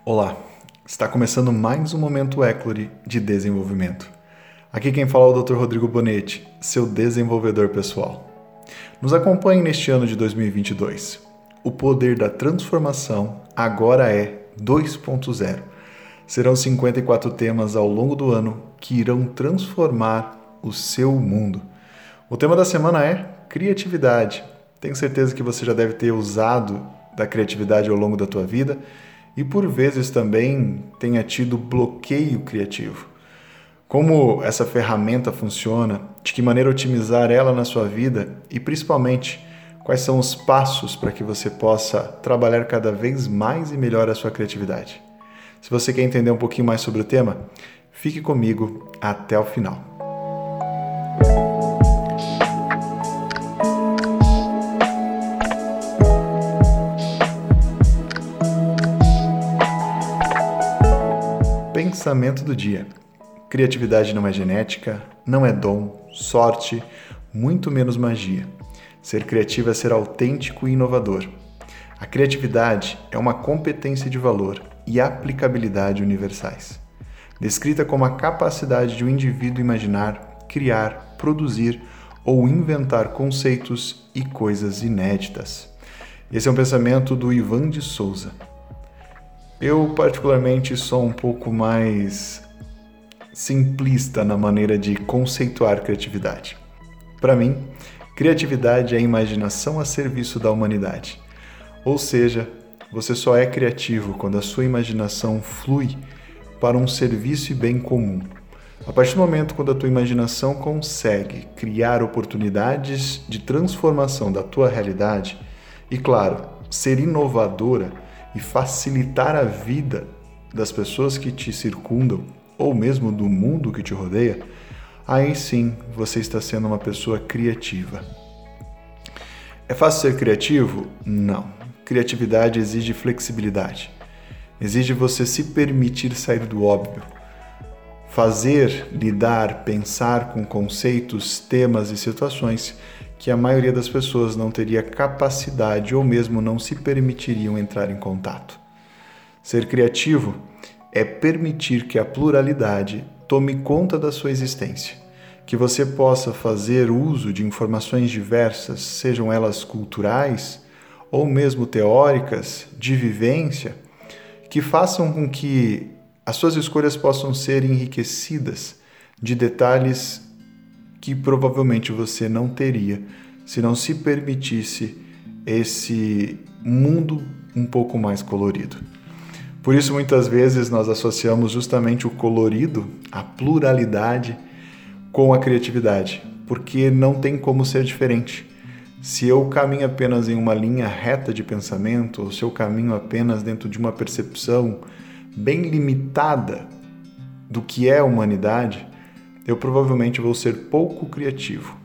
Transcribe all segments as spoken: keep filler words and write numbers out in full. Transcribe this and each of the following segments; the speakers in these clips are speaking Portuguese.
Olá, está começando mais um Momento Eclore de desenvolvimento. Aqui quem fala é o doutor Rodrigo Bonetti, seu desenvolvedor pessoal. Nos acompanhe neste ano de dois mil e vinte e dois. O poder da transformação agora é dois ponto zero. Serão cinquenta e quatro temas ao longo do ano que irão transformar o seu mundo. O tema da semana é criatividade. Tenho certeza que você já deve ter usado da criatividade ao longo da tua vida e por vezes também tenha tido bloqueio criativo. Como essa ferramenta funciona, de que maneira otimizar ela na sua vida e principalmente quais são os passos para que você possa trabalhar cada vez mais e melhor a sua criatividade. Se você quer entender um pouquinho mais sobre o tema, fique comigo até o final. Pensamento do dia. Criatividade não é genética, não é dom, sorte, muito menos magia. Ser criativo é ser autêntico e inovador. A criatividade é uma competência de valor e aplicabilidade universais, descrita como a capacidade de um indivíduo imaginar, criar, produzir ou inventar conceitos e coisas inéditas. Esse é um pensamento do Ivan de Souza. Eu, particularmente, sou um pouco mais simplista na maneira de conceituar criatividade. Para mim, criatividade é a imaginação a serviço da humanidade. Ou seja, você só é criativo quando a sua imaginação flui para um serviço e bem comum. A partir do momento quando a tua imaginação consegue criar oportunidades de transformação da tua realidade e, claro, ser inovadora e facilitar a vida das pessoas que te circundam ou mesmo do mundo que te rodeia, aí sim você está sendo uma pessoa criativa. É fácil ser criativo? Não. Criatividade exige flexibilidade. Exige você se permitir sair do óbvio. Fazer, lidar, pensar com conceitos, temas e situações que a maioria das pessoas não teria capacidade ou mesmo não se permitiriam entrar em contato. Ser criativo é permitir que a pluralidade tome conta da sua existência, que você possa fazer uso de informações diversas, sejam elas culturais ou mesmo teóricas, de vivência, que façam com que as suas escolhas possam ser enriquecidas de detalhes que provavelmente você não teria se não se permitisse esse mundo um pouco mais colorido. Por isso, muitas vezes, nós associamos justamente o colorido, a pluralidade, com a criatividade, porque não tem como ser diferente. Se eu caminho apenas em uma linha reta de pensamento, ou se eu caminho apenas dentro de uma percepção bem limitada do que é a humanidade, eu provavelmente vou ser pouco criativo.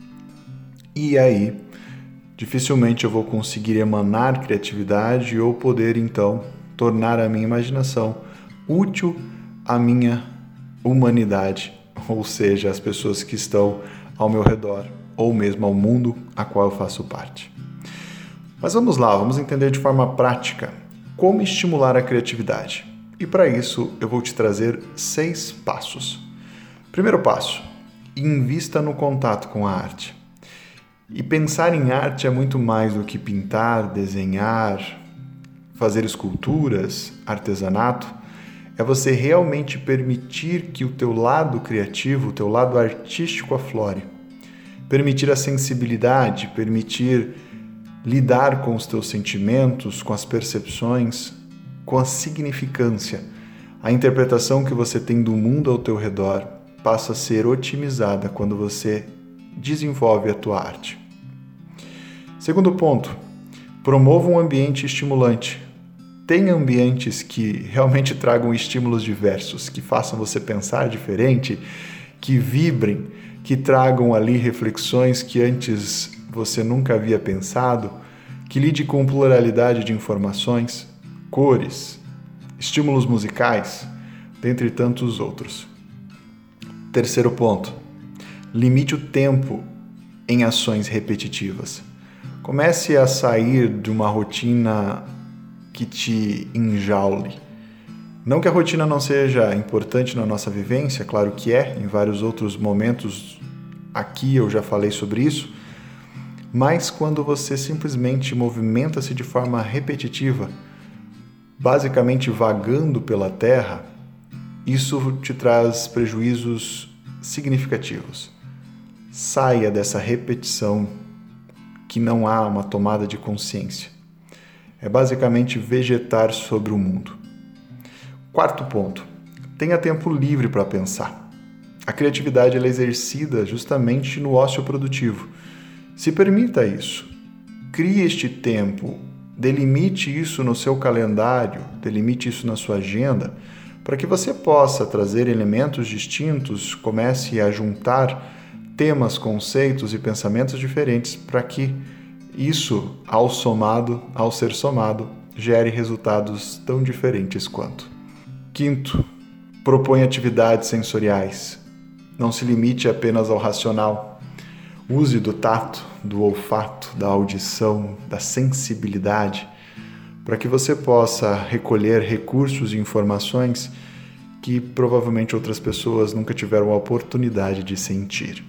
E aí, dificilmente eu vou conseguir emanar criatividade ou poder, então, tornar a minha imaginação útil à minha humanidade, ou seja, às pessoas que estão ao meu redor, ou mesmo ao mundo a qual eu faço parte. Mas vamos lá, vamos entender de forma prática como estimular a criatividade. E para isso, eu vou te trazer seis passos. Primeiro passo, invista no contato com a arte. E pensar em arte é muito mais do que pintar, desenhar, fazer esculturas, artesanato. É você realmente permitir que o teu lado criativo, o teu lado artístico aflore. Permitir a sensibilidade, permitir lidar com os teus sentimentos, com as percepções, com a significância. A interpretação que você tem do mundo ao teu redor passa a ser otimizada quando você desenvolve a tua arte. Segundo ponto, promova um ambiente estimulante. Tenha ambientes que realmente tragam estímulos diversos, que façam você pensar diferente, que vibrem, que tragam ali reflexões que antes você nunca havia pensado, que lide com pluralidade de informações, cores, estímulos musicais, dentre tantos outros. Terceiro ponto, limite o tempo em ações repetitivas. Comece a sair de uma rotina que te enjaule. Não que a rotina não seja importante na nossa vivência, claro que é, em vários outros momentos aqui eu já falei sobre isso, mas quando você simplesmente movimenta-se de forma repetitiva, basicamente vagando pela terra, isso te traz prejuízos significativos. Saia dessa repetição que não há uma tomada de consciência. É basicamente vegetar sobre o mundo. Quarto ponto, tenha tempo livre para pensar. A criatividade ela é exercida justamente no ócio produtivo. Se permita isso. Crie este tempo, delimite isso no seu calendário, delimite isso na sua agenda, para que você possa trazer elementos distintos, comece a juntar temas, conceitos e pensamentos diferentes para que isso, ao somado, ao ser somado, gere resultados tão diferentes quanto. Quinto, propõe atividades sensoriais. Não se limite apenas ao racional. Use do tato, do olfato, da audição, da sensibilidade, para que você possa recolher recursos e informações que provavelmente outras pessoas nunca tiveram a oportunidade de sentir.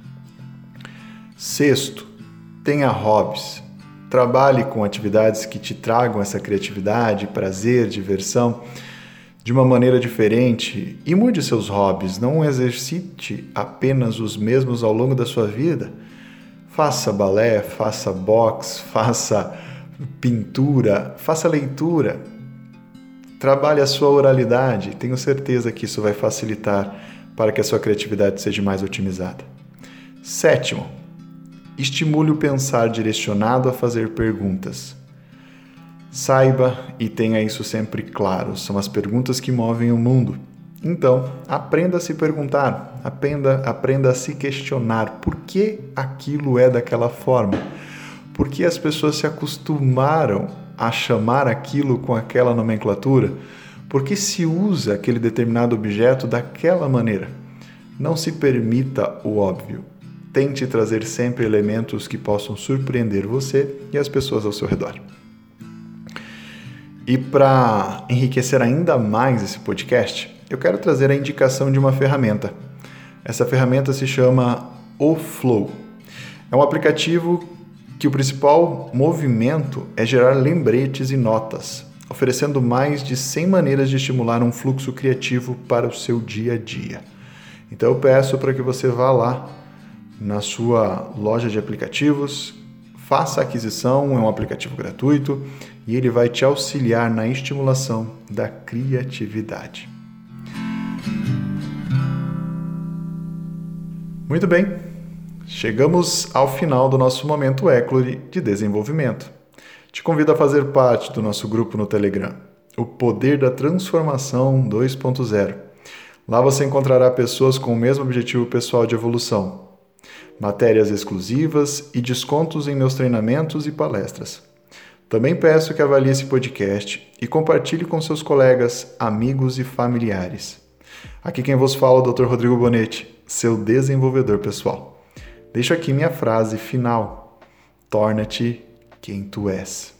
Sexto, tenha hobbies. Trabalhe com atividades que te tragam essa criatividade, prazer, diversão, de uma maneira diferente e mude seus hobbies. Não exercite apenas os mesmos ao longo da sua vida. Faça balé, faça boxe, faça pintura, faça leitura. Trabalhe a sua oralidade. Tenho certeza que isso vai facilitar para que a sua criatividade seja mais otimizada. Sétimo, estimule o pensar direcionado a fazer perguntas. Saiba e tenha isso sempre claro, são as perguntas que movem o mundo. Então, aprenda a se perguntar, aprenda, aprenda a se questionar por que aquilo é daquela forma, por que as pessoas se acostumaram a chamar aquilo com aquela nomenclatura, por que se usa aquele determinado objeto daquela maneira. Não se permita o óbvio. Tente trazer sempre elementos que possam surpreender você e as pessoas ao seu redor. E para enriquecer ainda mais esse podcast, eu quero trazer a indicação de uma ferramenta. Essa ferramenta se chama O Flow. É um aplicativo que o principal movimento é gerar lembretes e notas, oferecendo mais de cem maneiras de estimular um fluxo criativo para o seu dia a dia. Então eu peço para que você vá lá na sua loja de aplicativos, faça a aquisição, é um aplicativo gratuito e ele vai te auxiliar na estimulação da criatividade. Muito bem, chegamos ao final do nosso Momento Eclore de desenvolvimento. Te convido a fazer parte do nosso grupo no Telegram, o Poder da Transformação dois ponto zero. Lá você encontrará pessoas com o mesmo objetivo pessoal de evolução, matérias exclusivas e descontos em meus treinamentos e palestras. Também peço que avalie esse podcast e compartilhe com seus colegas, amigos e familiares. Aqui quem vos fala é o doutor Rodrigo Bonetti, seu desenvolvedor pessoal. Deixo aqui minha frase final. Torna-te quem tu és.